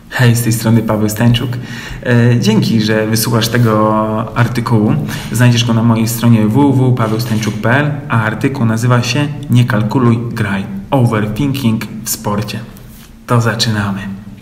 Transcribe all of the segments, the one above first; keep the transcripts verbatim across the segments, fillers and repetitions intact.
Hej, z tej strony Paweł Stańczuk. Dzięki, że wysłuchasz tego artykułu. Znajdziesz go na mojej stronie w w w kropka paweł stańczuk kropka p l, a artykuł nazywa się Nie kalkuluj, graj. Overthinking w sporcie. To zaczynamy.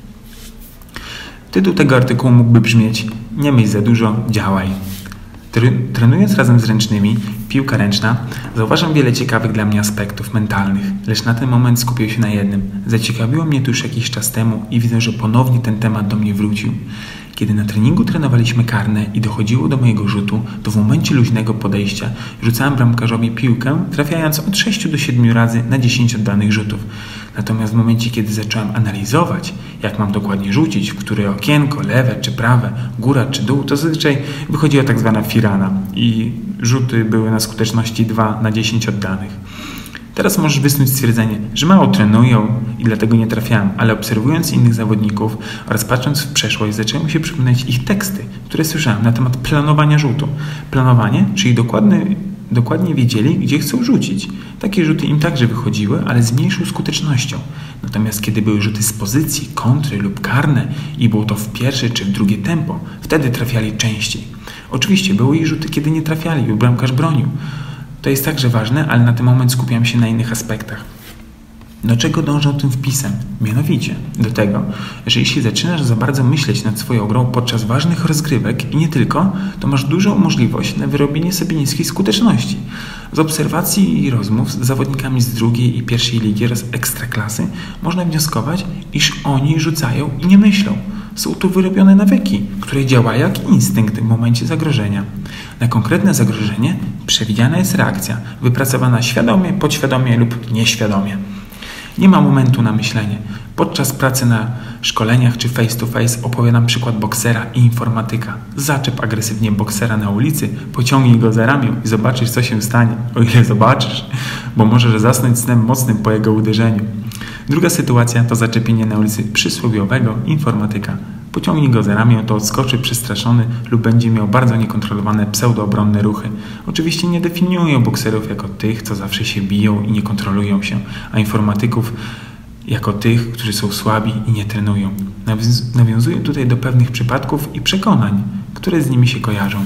Tytuł tego artykułu mógłby brzmieć: Nie myśl za dużo, działaj. Trenując razem z ręcznymi, piłka ręczna, zauważam wiele ciekawych dla mnie aspektów mentalnych, lecz na ten moment skupię się na jednym. Zaciekawiło mnie to już jakiś czas temu i widzę, że ponownie ten temat do mnie wrócił. Kiedy na treningu trenowaliśmy karne i dochodziło do mojego rzutu, to w momencie luźnego podejścia rzucałem bramkarzowi piłkę, trafiając od sześciu do siedmiu razy na dziesięć oddanych rzutów. Natomiast w momencie, kiedy zacząłem analizować, jak mam dokładnie rzucić, w które okienko, lewe czy prawe, góra czy dół, to zazwyczaj wychodziła tak zwana firana i rzuty były na skuteczności dwa na dziesięć oddanych. Teraz możesz wysnuć stwierdzenie, że mało trenują i dlatego nie trafiałem, ale obserwując innych zawodników oraz patrząc w przeszłość, zaczęły się przypominać ich teksty, które słyszałem na temat planowania rzutu. Planowanie, czyli dokładny, dokładnie wiedzieli, gdzie chcą rzucić. Takie rzuty im także wychodziły, ale z mniejszą skutecznością. Natomiast kiedy były rzuty z pozycji, kontry lub karne i było to w pierwsze czy w drugie tempo, wtedy trafiali częściej. Oczywiście były i rzuty, kiedy nie trafiali lub bramkarz bronił. To jest także ważne, ale na ten moment skupiam się na innych aspektach. Do czego dążę tym wpisem? Mianowicie do tego, że jeśli zaczynasz za bardzo myśleć nad swoją grą podczas ważnych rozgrywek i nie tylko, to masz dużą możliwość na wyrobienie sobie niskiej skuteczności. Z obserwacji i rozmów z zawodnikami z drugiej i pierwszej ligi oraz ekstraklasy można wnioskować, iż oni rzucają i nie myślą. Są tu wyrobione nawyki, które działają jak instynkt w momencie zagrożenia. Na konkretne zagrożenie przewidziana jest reakcja, wypracowana świadomie, podświadomie lub nieświadomie. Nie ma momentu na myślenie. Podczas pracy na szkoleniach czy face to face opowiadam przykład boksera i informatyka. Zaczep agresywnie boksera na ulicy, pociągnij go za ramię i zobaczysz, co się stanie. O ile zobaczysz, bo możesz zasnąć snem mocnym po jego uderzeniu. Druga sytuacja to zaczepienie na ulicy przysłowiowego informatyka. Pociągnij go za ramię, to odskoczy przestraszony lub będzie miał bardzo niekontrolowane pseudoobronne ruchy. Oczywiście nie definiują bokserów jako tych, co zawsze się biją i nie kontrolują się, a informatyków jako tych, którzy są słabi i nie trenują. Nawiązuję tutaj do pewnych przypadków i przekonań, które z nimi się kojarzą.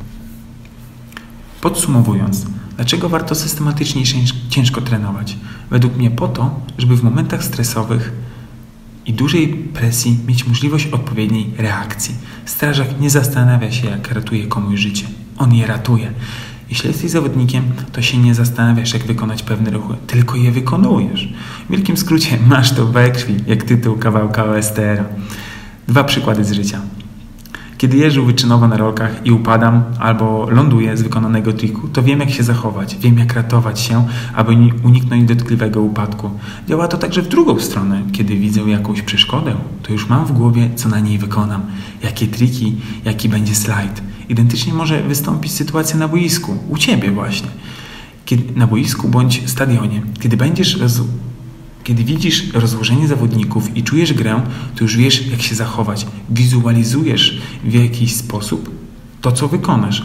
Podsumowując, dlaczego warto systematycznie i ciężko trenować? Według mnie po to, żeby w momentach stresowych i dużej presji mieć możliwość odpowiedniej reakcji. Strażak nie zastanawia się, jak ratuje komuś życie. On je ratuje. Jeśli jesteś zawodnikiem, to się nie zastanawiasz, jak wykonać pewne ruchy, tylko je wykonujesz. W wielkim skrócie masz to we krwi, jak tytuł kawałka O S T R-a. Dwa przykłady z życia. Kiedy jeżdżę wyczynowo na rolkach i upadam albo ląduję z wykonanego triku, to wiem, jak się zachować, wiem, jak ratować się, aby uniknąć dotkliwego upadku. Działa to także w drugą stronę. Kiedy widzę jakąś przeszkodę, to już mam w głowie, co na niej wykonam, jakie triki, jaki będzie slajd. Identycznie może wystąpić sytuacja na boisku, u Ciebie właśnie. Kiedy, na boisku bądź stadionie. Kiedy będziesz roz... Kiedy widzisz rozłożenie zawodników i czujesz grę, to już wiesz, jak się zachować. Wizualizujesz w jakiś sposób to, co wykonasz.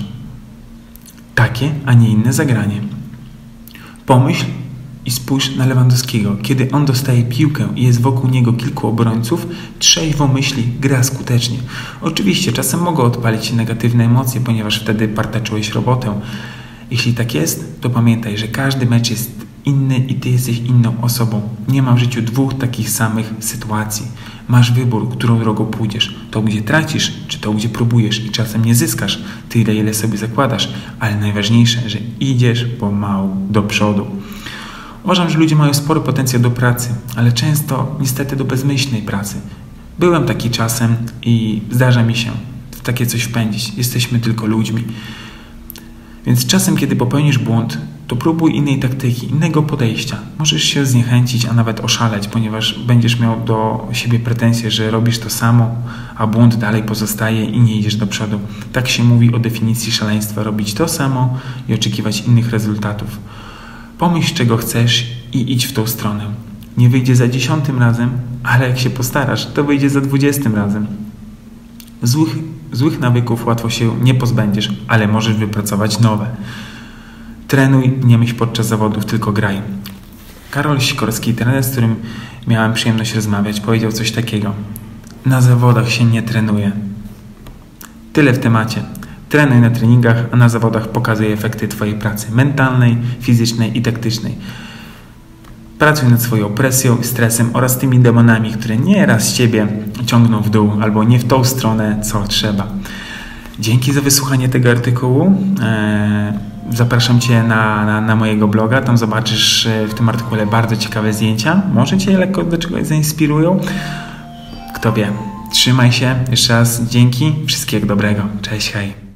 Takie, a nie inne zagranie. Pomyśl i spójrz na Lewandowskiego. Kiedy on dostaje piłkę i jest wokół niego kilku obrońców, trzeźwo myśli, gra skutecznie. Oczywiście czasem mogą odpalić się negatywne emocje, ponieważ wtedy partaczyłeś robotę. Jeśli tak jest, to pamiętaj, że każdy mecz jest inny i ty jesteś inną osobą. Nie ma w życiu dwóch takich samych sytuacji. Masz wybór, którą drogą pójdziesz. To, gdzie tracisz, czy to, gdzie próbujesz i czasem nie zyskasz tyle, ile sobie zakładasz, ale najważniejsze, że idziesz pomału do przodu. Uważam, że ludzie mają spory potencjał do pracy, ale często niestety do bezmyślnej pracy. Byłem taki czasem i zdarza mi się w takie coś wpędzić. Jesteśmy tylko ludźmi. Więc czasem, kiedy popełnisz błąd, to próbuj innej taktyki, innego podejścia. Możesz się zniechęcić, a nawet oszaleć, ponieważ będziesz miał do siebie pretensje, że robisz to samo, a błąd dalej pozostaje i nie idziesz do przodu. Tak się mówi o definicji szaleństwa. Robić to samo i oczekiwać innych rezultatów. Pomyśl, czego chcesz i idź w tą stronę. Nie wyjdzie za dziesiątym razem, ale jak się postarasz, to wyjdzie za dwudziestym razem. Złych, złych nawyków łatwo się nie pozbędziesz, ale możesz wypracować nowe. Trenuj, nie myśl podczas zawodów, tylko graj. Karol Sikorski, trener, z którym miałem przyjemność rozmawiać, powiedział coś takiego. na zawodach się nie trenuje. Tyle w temacie. Trenuj na treningach, a na zawodach pokazuj efekty Twojej pracy mentalnej, fizycznej i taktycznej. Pracuj nad swoją presją i stresem oraz tymi demonami, które nieraz Ciebie ciągną w dół albo nie w tą stronę, co trzeba. Dzięki za wysłuchanie tego artykułu. Zapraszam Cię na, na, na mojego bloga. Tam zobaczysz w tym artykule bardzo ciekawe zdjęcia. Może Cię lekko do czegoś zainspirują. Kto wie. Trzymaj się. Jeszcze raz dzięki. Wszystkiego dobrego. Cześć, hej.